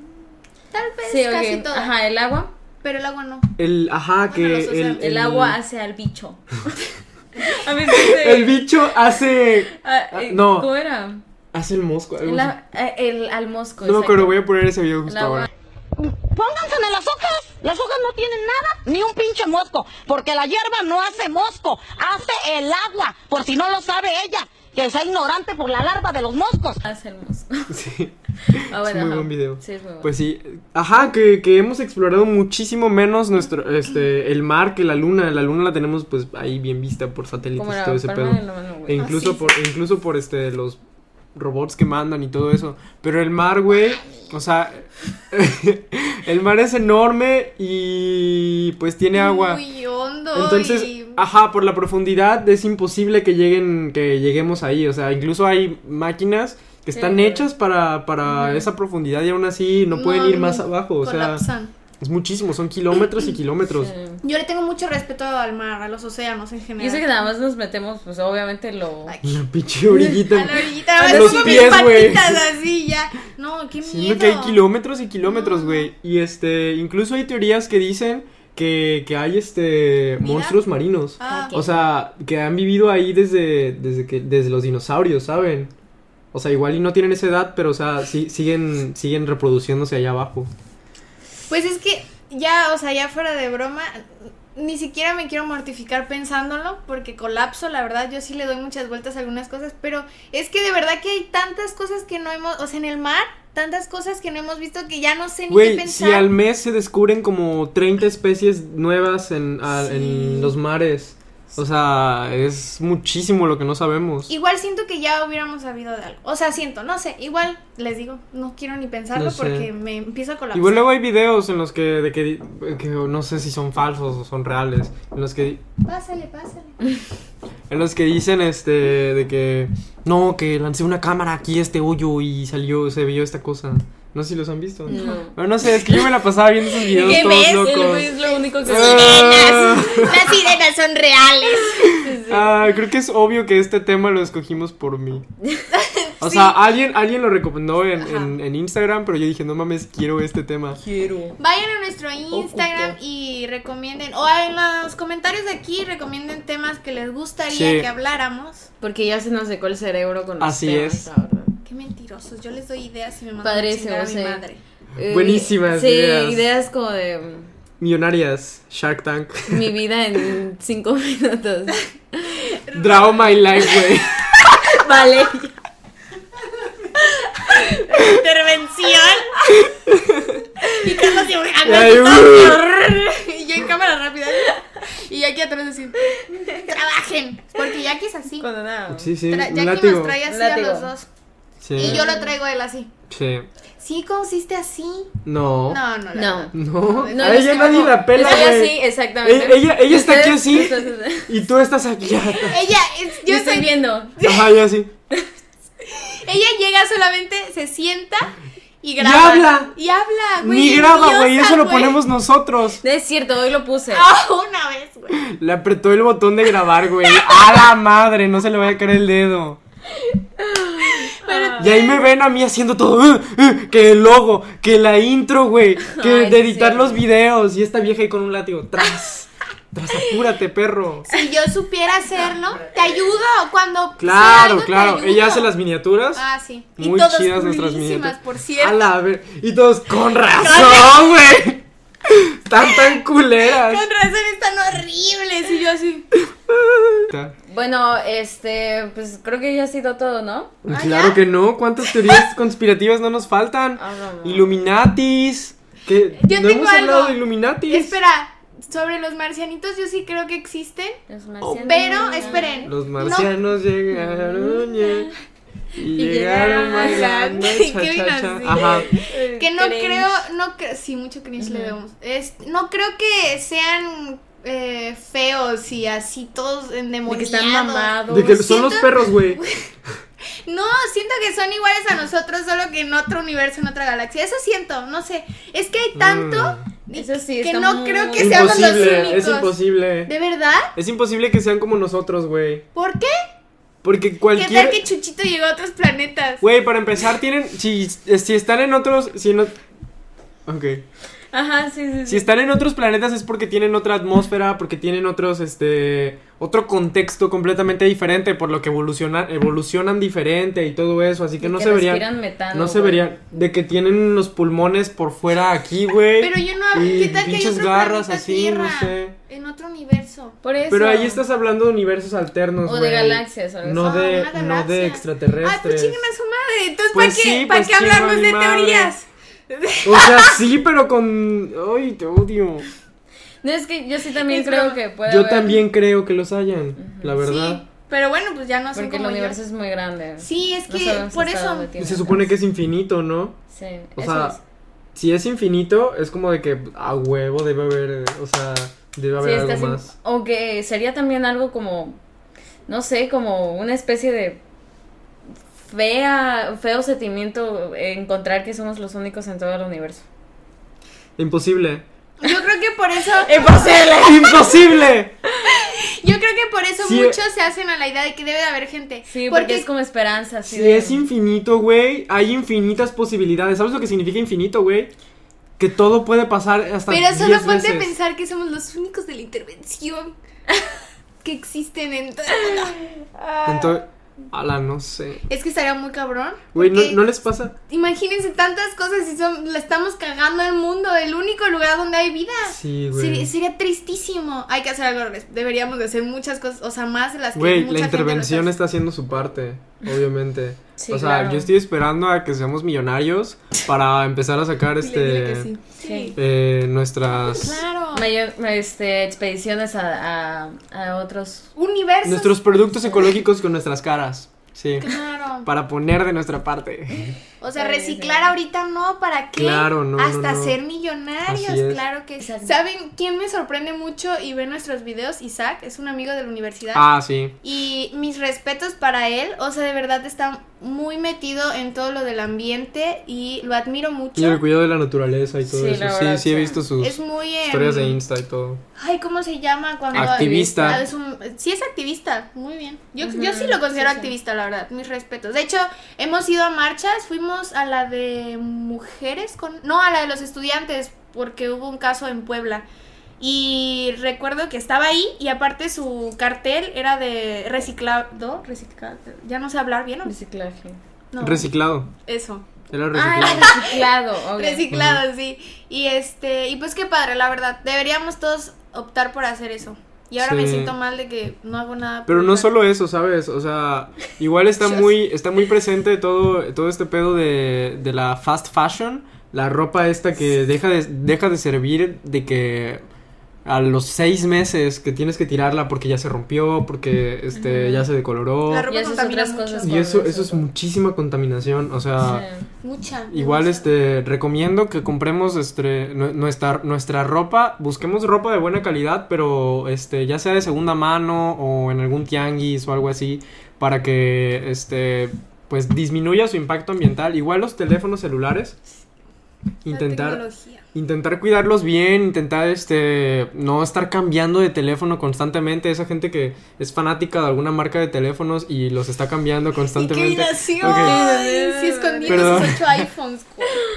Tal vez Sí, casi ok. toda. Ajá, el agua. Pero el agua no. El, ajá, que Bueno, los el, océanos. El agua hace al bicho. A mí se El bicho hace... Ah, ah, eh, no. ¿Cómo era? Hace el mosco. algo El, así. a- eh, el al mosco. No me exacto. acuerdo, voy a poner ese video justo El agua. ahora. Pónganseme las hojas. Las hojas no tienen nada, ni un pinche mosco. Porque la hierba no hace mosco, hace el agua. Por si no lo sabe ella, que sea ignorante por la larva de los moscos. Hace el mosco. Sí. Ah, bueno, Es muy ajá. buen video. Sí, es muy bueno. Pues sí, ajá, que, que hemos explorado muchísimo menos nuestro, este, el mar que la luna. La luna la tenemos pues ahí bien vista por satélites Como y la todo ese palma pedo. de la mano, güey. E incluso Ah, sí, por, e incluso por este los robots que mandan y todo eso. Pero el mar, güey, o sea, el mar es enorme y pues tiene agua. Muy hondo. Entonces, y- ajá, por la profundidad es imposible que lleguen, que lleguemos ahí. O sea, incluso hay máquinas que están Sí. hechas para, para Ujú. esa profundidad y aún así no pueden ir más abajo. O sea, colapsan. es muchísimo, son kilómetros y kilómetros. Sí. Yo le tengo mucho respeto al mar, a los océanos en Y general. eso que nada más nos metemos, pues obviamente lo... Aquí. La pinche orillita. A la orillita, A nada más los pongo pies, mis güey. patitas así ya. No, qué Sí, miedo. que hay kilómetros y kilómetros, No. güey. Y este, incluso hay teorías que dicen que, que hay este ¿Vida? monstruos marinos. Ah, O sea, que han vivido ahí desde, desde que, desde los dinosaurios, ¿saben? O sea, igual y no tienen esa edad, pero o sea, sí, siguen, siguen reproduciéndose allá abajo. pues es que ya, o sea, ya fuera de broma, ni siquiera me quiero mortificar pensándolo, porque colapso, la verdad, yo sí le doy muchas vueltas a algunas cosas, pero es que de verdad que hay tantas cosas que no hemos, o sea, en el mar, tantas cosas que no hemos visto que ya no sé ni qué Güey, pensar. si al mes se descubren como treinta especies nuevas en, a- Sí. en los mares. O sea, es muchísimo lo que no sabemos. Igual siento que ya hubiéramos sabido de algo. O sea, siento, no sé, igual les digo, no quiero ni pensarlo No sé. porque me empiezo a colapsar. Igual luego hay videos en los que, de que, que no sé si son falsos o son reales, en los que Pásale, pásale. En los que dicen, este, de que no, que lancé una cámara aquí a este hoyo y salió, se vio esta cosa. No sé si los han visto. No. Pero no sé, es que yo me la pasaba viendo esos videos ¿Qué todos ves? El locos. güey es lo único que... Ah. Las sirenas son reales. Ah, creo que es obvio que este tema lo escogimos por mí. O sea, alguien, alguien lo recomendó en, en, en Instagram, pero yo dije, no mames, quiero este tema. Quiero. Vayan a nuestro Instagram y recomienden, o en los comentarios de aquí, recomienden temas que les gustaría Sí. que habláramos. Porque ya se nos secó el cerebro con los Así temas, es. la verdad. Qué mentirosos, yo les doy ideas y me mandan a Padrísimo, chingar a mi sí. madre. Eh, Buenísimas sí, ideas. ideas como de mm, Millonarias, Shark Tank. mi vida en cinco minutos. Draw My Life, güey. Vale. Intervención. Y Carlos dibujando. Ya, así uh. todo. Y yo en cámara rápida. Y aquí atrás así. Trabajen. Porque Jackie es así. Cuando nada. Sí, sí, Tra- un Jackie látigo. nos trae así Látigo. a los dos. Sí. Y yo lo traigo a él así. Sí. Sí, consiste así. No. No, no, la No. verdad. No, No, a yo ella estoy nadie como- la pela, Estoy güey. así, exactamente. Ella- ella- ella está aquí Ustedes- así. ustedes- Y tú estás aquí. Ella, es, Yo yo estoy soy viendo. Ajá, ya sí. Ella llega solamente, se sienta y Y graba. habla. Y habla, güey. Ni graba, güey, envidiosa, eso lo güey. ponemos nosotros. Es cierto, hoy lo puse. Ah, una vez, güey. Le apretó el botón de grabar, güey. A la madre, no se le vaya a caer el dedo. Y ahí me ven a mí haciendo todo, uh, uh, que el logo, que la intro, güey, que Ay, de sí, editar sí. los videos. Y esta vieja ahí con un látigo, tras, tras, apúrate, perro. Si yo supiera hacerlo, te ayudo cuando sé Claro, algo, te claro, ayudo. ella hace las miniaturas. Ah, sí. Y Muy todas chidas nuestras culísimas, miniaturas. por cierto. A la ver, y todos, con razón, güey. Están tan culeras. Con razón están horribles. Y yo así. Bueno, este, pues creo que ya ha sido todo, ¿no? Ah, Claro ¿ya? que no, ¿cuántas teorías conspirativas no nos faltan? Ah, no, no. Illuminatis. Que Yo no tengo hemos hablado algo. de Illuminatis. Espera, sobre los marcianitos yo sí creo que existen. Los marcianos. Pero, esperen. Los no- marcianos llegaron ya, y, Y llegaron llegaron bailando, bailando. cha, Qué cha, cha. vino así. Ajá. Que no Cringe. creo, no creo, sí, mucho cringe le vemos. Es, no creo que sean eh, feos y así todos De endemoniados. que están mamados. De que son los Siento- perros, güey. No, siento que son iguales a nosotros, solo que en otro universo, en otra galaxia. Eso siento, no sé. Es que hay tanto y- Eso sí, que está no muy- creo que seamos los Imposible, únicos. es imposible. ¿De verdad? Es imposible que sean como nosotros, güey. ¿Por qué? Porque ¿Qué cualquier... tal que Chuchito llegó a otros planetas? Güey, para empezar, tienen... Si, si están en otros... Si no... Ok. Ajá, sí, sí, sí. Si están en otros planetas es porque tienen otra atmósfera, porque tienen otros, este... Otro contexto completamente diferente, por lo que evolucionan, evolucionan diferente y todo eso, así que Y no que se verían... respiran metano, No se güey. verían... De que tienen los pulmones por fuera aquí, güey. Pero yo no... Y ¿Qué tal que hay pinches otro garras planeta así, Tierra? no sé. En otro universo. Por eso. Pero ahí estás hablando de universos alternos, O de güey. galaxias, ¿sabes? No Ah, de, una no de galaxia. extraterrestres. Ay, pues chinguen a su madre. Entonces, Pues ¿para qué, sí, ¿para pues qué hablarnos chingo a de mi madre. teorías? O sea, sí, pero con... Ay, te odio. No, es que yo sí también Es creo broma. que puede Yo haber. también creo que los hayan, la verdad. Sí, pero bueno, pues ya no son Porque el como yo. universo es muy grande. Sí, es No que sabemos por hasta eso. dónde tiene Se supone alcance. que es infinito, ¿no? Sí, O eso sea, es. si es infinito, es como de que a huevo debe haber, o sea, debe haber Sí, está algo así. más. O que sería también algo como, no sé, como una especie de fea, feo sentimiento encontrar que somos los únicos en todo el universo. Imposible. Yo creo que por eso. ¡Imposible! ¡Imposible! Yo creo que por eso Sí, muchos se hacen a la idea de que debe de haber gente. Sí, porque, es como esperanza. Así Si de- es infinito, güey, hay infinitas posibilidades. ¿Sabes lo que significa infinito, güey? Que todo puede pasar hasta Pero solo diez ponte a veces. pensar que somos los únicos de la intervención que existen en todo el mundo. Entonces, ala, no sé. Es que estaría muy cabrón. Güey, ¿no, porque ¿no les pasa? Imagínense tantas cosas y son, la estamos cagando al mundo, el único lugar donde hay vida. Sí, güey. Sería, sería tristísimo. Hay que hacer algo al res- Deberíamos de hacer muchas cosas, o sea, más de las que Güey, mucha la gente intervención lo hace. está haciendo su parte, obviamente. Sí, o sea, claro. yo estoy esperando a que seamos millonarios para empezar a sacar Dile, dile este que sí. Sí. eh, nuestras Claro. Mayor, este, expediciones a, a, a otros. Universos. nuestros productos ecológicos con nuestras caras. Sí. Claro. Para poner de nuestra parte. O sea, Sí, reciclar sí. ahorita no, ¿para qué? Claro, no, no, Hasta no. ser millonarios, Así es. claro que sí. Exacto. ¿Saben quién me sorprende mucho y ve nuestros videos? Isaac, es un amigo de la universidad. Ah, sí. Y mis respetos para él, o sea, de verdad está muy metido en todo lo del ambiente y lo admiro mucho. Y el cuidado de la naturaleza y todo Sí, eso. la Sí, verdad, sí he sí. visto sus Es muy... em, historias de Insta y todo. Ay, ¿cómo se llama cuando... Activista. Ah, es un- sí, es activista, muy bien. Yo, Ujú, yo sí lo considero sí, sí. activista, la verdad, mis respetos. De hecho, hemos ido a marchas, fuimos a la de mujeres con... No, a la de los estudiantes, porque hubo un caso en Puebla. Y recuerdo que estaba ahí y aparte su cartel era de reciclado, reciclado, ya no sé hablar bien, ¿o? Reciclaje. No, Reciclado. eso. Era Ah, reciclado. Reciclado, ok. Reciclado, sí. Y este, y pues qué padre, la verdad. Deberíamos todos optar por hacer eso. Y ahora Sí. me siento mal de que no hago nada. Pero por no el solo eso, ¿sabes? O sea, igual está Shots. muy está muy presente todo todo este pedo de, de la fast fashion, la ropa esta que deja de deja de servir, de que a los seis meses que tienes que tirarla porque ya se rompió, porque este ya se decoloró. La ropa Y esas contamina otras mucho. cosas. Y eso con eso es muchísima contaminación, o sea, Sí. Mucha. igual demasiado. este recomiendo que compremos este nu- nuestra nuestra ropa, busquemos ropa de buena calidad, pero este ya sea de segunda mano o en algún tianguis o algo así para que este pues disminuya su impacto ambiental. Igual los teléfonos celulares, intentar intentar cuidarlos bien, intentar este no estar cambiando de teléfono constantemente. Esa gente que es fanática de alguna marca de teléfonos y los está cambiando constantemente. ¡Qué Okay. Ay, sí, escondiendo Perdón. sus ocho iPhones.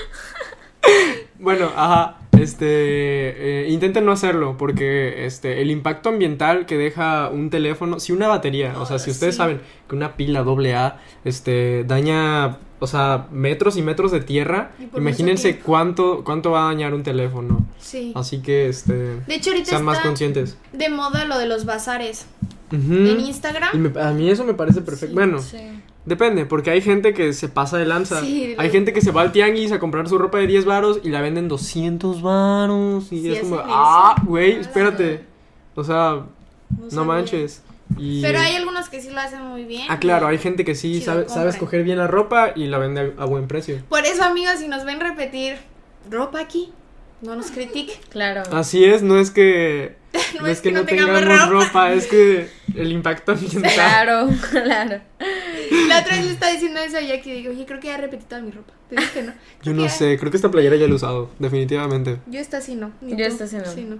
Bueno, ajá, este, eh, intenten no hacerlo porque este, el impacto ambiental que deja un teléfono, si una batería, o sea, si ustedes sí. saben que una pila doble A, este, daña, o sea, metros y metros de tierra, Y por imagínense mucho tiempo. cuánto, cuánto va a dañar un teléfono. Sí. Así que, este, De hecho, ahorita sean más está conscientes. de moda lo de los bazares. Ujú. En Instagram. Y me- a mí eso me parece perfecto. Sí, bueno, Sí. depende, porque hay gente que se pasa de lanza. Sí, hay lo- gente que se va al tianguis a comprar su ropa de diez varos y la venden doscientos varos. Y Sí, es como, hacen ah, eso. güey, Hola. espérate. O sea, no sabía. manches. Y, Pero hay algunos que sí lo hacen muy bien. ah, claro, hay gente que sí Chido, sabe, sabe compren. escoger bien la ropa y la vende a, a buen precio. Por eso, amigos, si nos ven repetir ropa aquí, no nos critiquen. Claro. Así es, no es que no, es que no tengamos, tengamos ropa. ropa. Es que el impacto ambiental. Claro, claro. La otra vez le estaba diciendo eso a Jackie y digo, oye, creo que ya repetí toda mi ropa. Te dije no. Yo Creo no que ya- sé, creo que esta playera ya la he usado, definitivamente. Yo esta sí no. ni Yo tú. esta sí no. Sí, no.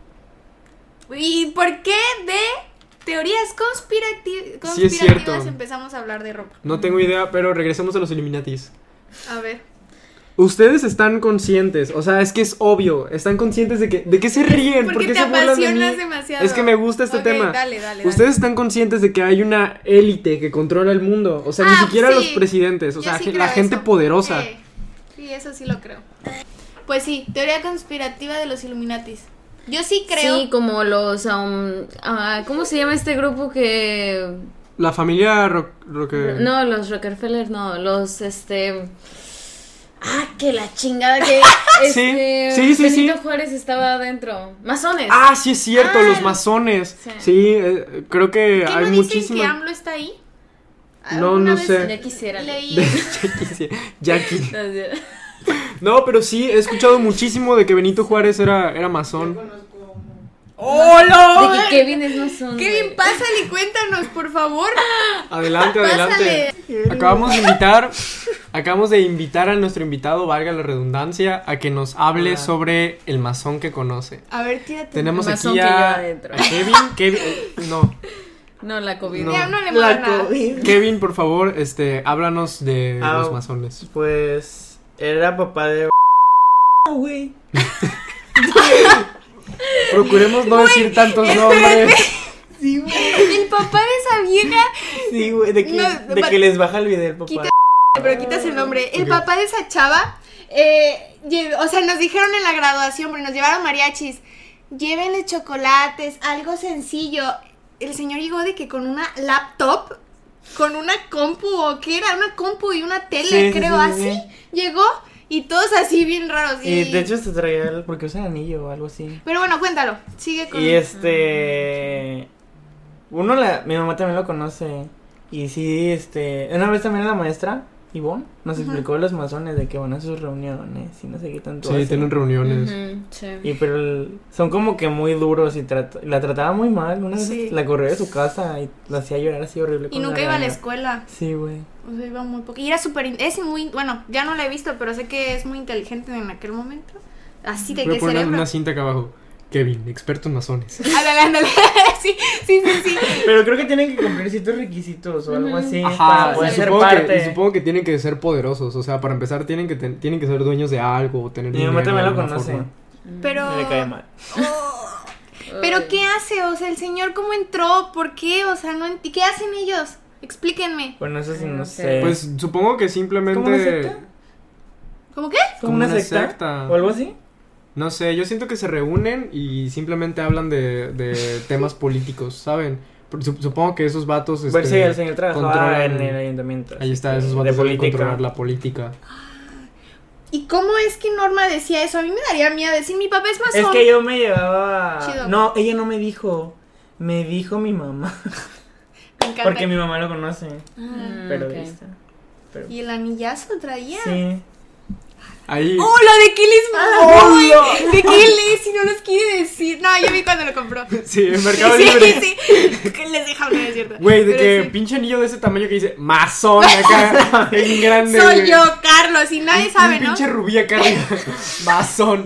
¿Y por qué de teorías conspirati- conspirativas Sí, es cierto. empezamos a hablar de ropa? No tengo idea, pero regresemos a los Illuminatis. A ver. Ustedes están conscientes, o sea, es que es obvio, están conscientes de que de qué se ríen, Porque por qué te se burlan de mí. apasionas demasiado. Es que me gusta este Ok, tema. dale, dale, dale. Ustedes están conscientes de que hay una élite que controla el mundo, o sea, Ah, ni siquiera sí. los presidentes, o Yo sea, sí ge- creo la gente eso. poderosa. Eh, sí, eso sí lo creo. Pues sí, teoría conspirativa de los Illuminatis. Yo sí creo. Sí, como los... um, ah, ¿cómo se llama este grupo que...? La familia Rock, Roque- No, los Rockefeller, no, los, este... Ah, que la chingada que... Este, sí, sí, Benito sí. Juárez estaba adentro. Masones. Ah, sí es cierto, Ah, los el- masones. Sí. Sí, eh, creo que ¿Qué hay no dicen que muchísimas. AMLO está ahí? No, Alguna no vez sé. Ya quisiera. Leí. De Jackie, sí, Jackie. No, pero sí, he escuchado muchísimo de que Benito Juárez era, era masón. De que Kevin es masón. Kevin, güey. pásale y cuéntanos, por favor. Adelante, adelante. Acabamos de invitar, acabamos de invitar a nuestro invitado, valga la redundancia, a que nos hable sobre el masón que conoce. A ver, tírate. Tenemos masón aquí que lleva a, adentro. a Kevin, Kevin, eh, no, No, la COVID. No. Ya no le muevas nada. Kevin, por favor, este, háblanos de Ah, los masones. Pues era papá de... güey. Procuremos no decir tantos nombres. Sí, güey. El papá de esa vieja. Sí, güey, de que, No, de pa- que les baja el video el papá. Quita- Pero quitas el nombre. El Ok. papá de esa chava. Eh, lle- o sea, nos dijeron en la graduación, porque nos llevaron mariachis. Llévenle chocolates, algo sencillo. El señor llegó de que con una laptop, con una compu, o qué era, una compu y una tele, Sí, sí, creo, sí, así. sí. Llegó y todos así bien raros. Y, Y de hecho se traía el... porque usa anillo o algo así. Pero bueno, cuéntalo. Sigue con. Y este... Uno, la, mi mamá también lo conoce. Y sí, este... Una vez también la maestra, Ivonne, nos explicó los masones de que van a sus reuniones y no sé qué tanto Sí, hacen. tienen reuniones. Ujú, sí. Y pero el- son como que muy duros y trata- la trataba muy mal. Una vez Sí. la corrió de su casa y la hacía llorar así horrible. Y con nunca la iba a la araña. escuela. Sí, güey. O sea, iba muy poco. Y era súper. in- Es muy. Bueno, ya no la he visto, pero sé que es muy inteligente en aquel momento. Así de Voy que a poner cerebro. una cinta acá abajo. Kevin, experto en masones. Ándale, ándale. sí, sí, sí, sí. Pero creo que tienen que cumplir ciertos requisitos o algo Ujú. así Ajá, para y poder ser supongo, que, y parte. supongo que tienen que ser poderosos, o sea, para empezar tienen que ten- tienen que ser dueños de algo o tener Mi dinero mamá también de lo alguna conoce. forma. Pero. Me cae mal. Oh. Pero ¿qué hace? O sea, el señor cómo entró, ¿por qué? O sea, no ent- ¿y qué hacen ellos? Explíquenme. Bueno, eso sí no, No sé. sé. Pues supongo que simplemente ¿Como una secta? ¿Cómo qué? ¿Como como una, una secta? secta. ¿O algo así? no sé, yo siento que se reúnen y simplemente hablan de, de temas políticos, ¿saben? Por- sup- Supongo que esos vatos Bueno, este, sí, el señor trabajaba controlan- en el ayuntamiento. Ahí está, este, esos de vatos deben política. controlar la política. ¿Y cómo es que Norma decía eso? A mí me daría miedo decir, mi papá es masón. Es que yo me llevaba... Chido. No, ella no me dijo. Me dijo mi mamá. Me encanta. Porque mi mamá lo conoce. Ah, Pero ok. vista. Pero... ¿Y el anillazo traía? Sí. Ahí. ¡Oh, lo de Kill is muy! De Kill is, si no nos quiere decir. No, yo vi cuando lo compró. Sí, en Mercado Sí, Libre. sí. Que les deja hablar, es cierto. Güey, de Pero que sí. pinche anillo de ese tamaño que dice masón acá. Bien grande. Soy güey. yo, Carlos, y nadie Un- sabe, un ¿no? pinche rubí acá arriba. Masón.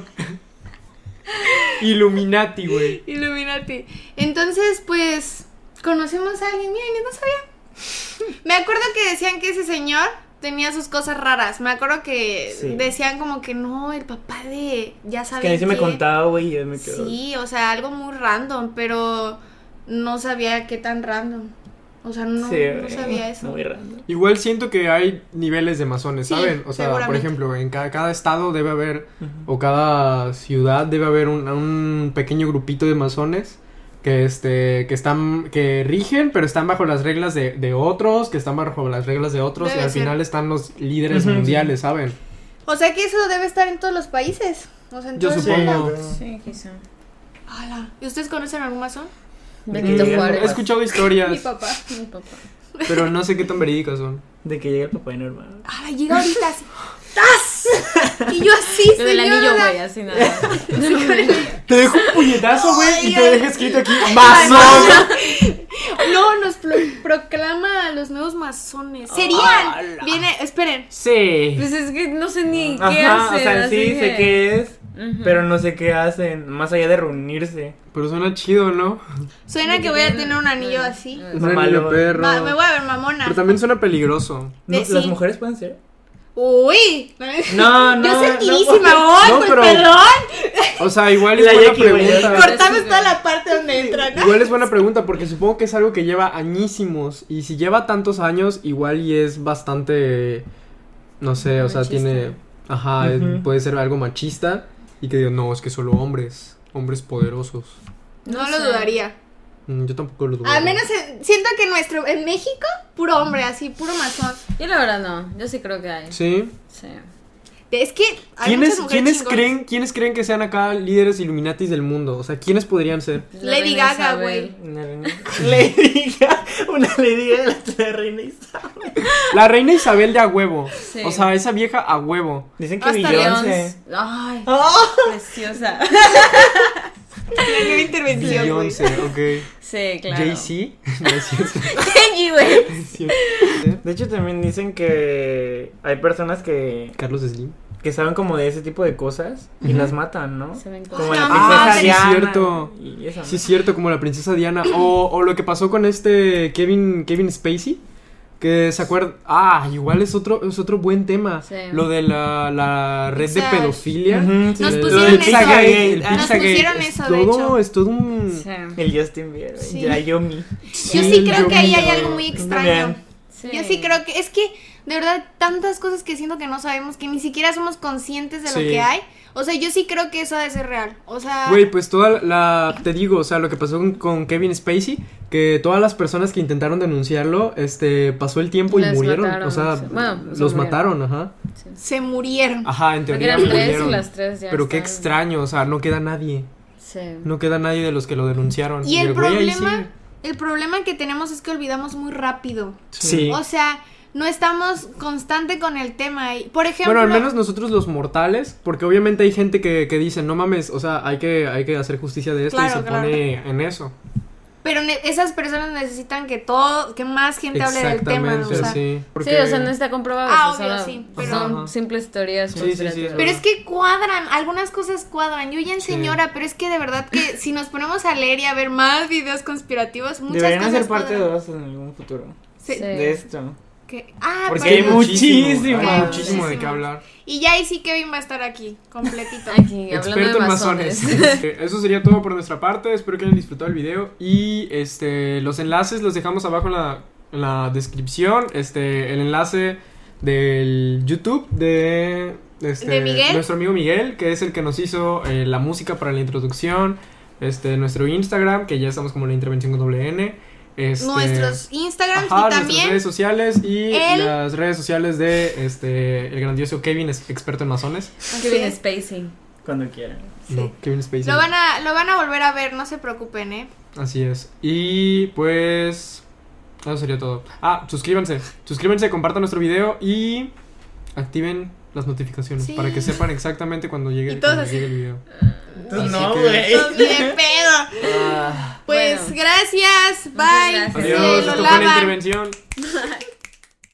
Illuminati, güey. Illuminati. Entonces, pues, conocemos a alguien. Miren, yo no sabía. Me acuerdo que decían que ese señor tenía sus cosas raras. Me acuerdo que Sí. decían como que no, el papá de. Ya Es sabes. que a mí sí me contaba, güey, y yo me quedo. Sí, o sea, algo muy random, pero no sabía qué tan random. O sea, no, Sí, no güey, sabía eso. Muy random. Igual siento que hay niveles de masones, Sí, ¿saben? O sea, por seguramente. ejemplo, en cada, cada estado debe haber, o cada ciudad debe haber un, un pequeño grupito de masones que este que están que rigen, pero están bajo las reglas de, de otros, que están bajo las reglas de otros Debe y al ser. final están los líderes Ujú, mundiales, ¿saben? O sea que eso debe estar en todos los países. O sea, en Yo todo el supongo. mundo. Sí, quizá. Ala. ¿Y ustedes conocen algún masón? Benito que- Juárez. He escuchado Mi historias, papá. Mi papá. pero no sé qué tan verídicas son. De que llega el papá de Norma. Ala, llega ahorita así. ¡Tas! Y yo así, Lo del señora. anillo, güey, así nada. Te dejo un puñetazo, güey, y te Ay, dejo escrito aquí masón. No, nos pro- proclama a los nuevos masones. Serían. ¡Hala! Viene, esperen. Sí. Pues es que no sé ni qué Ajá, hacer. o sea, así sí que- sé qué es, Ujú. pero no sé qué hacen, más allá de reunirse. Pero suena chido, ¿no? Suena que voy a tener un anillo así. Un Mamá, anillo lo- perro. Va, me voy a ver mamona. Pero también suena peligroso. No, De- sí. ¿Las mujeres pueden ser? Uy. No, no, Yo no, sentidísima no, hoy, no, pues pero- perdón. O sea, igual es La buena Jackie, güey. pregunta. Cortamos sí, toda güey. la parte donde entran. ¿no? Igual es buena pregunta porque supongo que es algo que lleva añísimos. Y si lleva tantos años, igual y es bastante. No sé, o sea, Machista. tiene. Ajá, es- Ujú. puede ser algo machista. Y que digan, no, es que solo hombres. Hombres poderosos. No, No lo sé. dudaría. Mm, yo tampoco lo dudo. Al menos en- siento que nuestro, en México, puro hombre, así, puro masón. Yo la verdad no, yo sí creo que hay. Sí. Sí. Es que hay ¿Quiénes, muchas mujeres ¿quiénes, chingonas. creen, ¿Quiénes creen que sean acá líderes Illuminatis del mundo? O sea, ¿quiénes podrían ser? Pues la Lady reina Gaga, Isabel. güey. Una reina. Lady Gaga, una Lady Gaga, la reina Isabel. La reina Isabel de a huevo. Sí. O sea, esa vieja a huevo. Dicen que Hasta Beyoncé. Beyoncé. Ay, ¡Oh! preciosa. La nueva intervención, güey. Beyoncé, ok. Sí, claro. Jay-Z. No es cierto. Kenji, güey. Es cierto. De hecho, también dicen que hay personas que, Carlos Slim. que saben como de ese tipo de cosas y Ujú. las matan, ¿no? Se ven Como cosas. la Ah, princesa sí, Diana. cierto. Y eso, ¿no? Sí, es cierto, como la princesa Diana. O, o lo que pasó con este Kevin, Kevin Spacey. Que se acuerda. Ah, igual es otro, es otro buen tema. Sí. Lo de la, la red de Exacto. pedofilia. Ujú, sí. Nos El- pusieron lo del eso. Pizzagate, el Nos Pizzagate. pusieron Es eso, de todo, hecho. es todo un. Sí. El Justin Bieber, Sí. ya Yomi. Yo sí creo yo que ahí hay mira, algo muy extraño. También. Sí. Yo sí creo que es que de verdad tantas cosas que siento que no sabemos, que ni siquiera somos conscientes de Sí. lo que hay. O sea, yo sí creo que eso ha de ser real. O sea, Güey, pues toda la. Te digo, o sea, lo que pasó con, con Kevin Spacey. Que todas las personas que intentaron denunciarlo. Este. Pasó el tiempo y Les murieron. mataron, o sea, sí. Bueno, se los murieron. mataron, ajá. se murieron. Ajá, en Porque teoría eran tres y murieron. las tres ya Pero qué están- extraño, o sea, no queda nadie. Sí. No queda nadie de los que lo denunciaron. Y el güey ahí problema, sigue. el problema que tenemos es que olvidamos muy rápido. Sí. O sea, no estamos constante con el tema. Y, por ejemplo, Bueno, al menos nosotros los mortales, porque obviamente hay gente que, que dice, no mames, o sea, hay que, hay que hacer justicia de esto y Claro, se claro. pone en eso. pero ne- esas personas necesitan que todo, que más gente hable del tema. O Exactamente, sea, sí. Porque... Sí, o sea, no está comprobado. Ah, o sea, obvio, solo sí, pero- son Ajá. simples teorías Sí, sí, sí, conspirativas. es Pero es que cuadran, algunas cosas cuadran. Yo ya en Sí. señora, pero es que de verdad que si nos ponemos a leer y a ver más videos conspirativos, muchas Deberían cosas hacer parte cuadran. dos en algún futuro. Sí. Sí. De esto. Que- ah, Porque para- hay muchísimo. Hay Hay muchísimo de muchísimo. qué hablar. Y ya ahí sí Kevin va a estar aquí, completito. Aquí, hablando Experto de en masones. masones. Eh, Eso sería todo por nuestra parte. Espero que hayan disfrutado el video. Y este los enlaces los dejamos abajo en la, en la descripción. Este, el enlace del YouTube de, este, ¿De Miguel? nuestro amigo Miguel, que es el que nos hizo eh, la música para la introducción. Este, nuestro Instagram, que ya estamos como la intervención con doble N. Este, Nuestros Instagrams ajá, y nuestras también redes sociales y el- las redes sociales de este el grandioso Kevin, es- experto en masones. Kevin Así es. Spacey. Cuando quieran. No, Kevin Spacey. lo van a lo van a volver a ver, no se preocupen, ¿eh? Así es. Y pues eso sería todo. Ah, suscríbanse. Suscríbanse, compartan nuestro video y activen las notificaciones Sí. para que sepan exactamente cuando llegue, Y todos cuando así. llegue el video. Entonces, Así no, que- güey. Todos bien pedo. Ah. Pues Bueno. gracias, bye. gracias. Se Adiós, lo esto fue la lavan. intervención.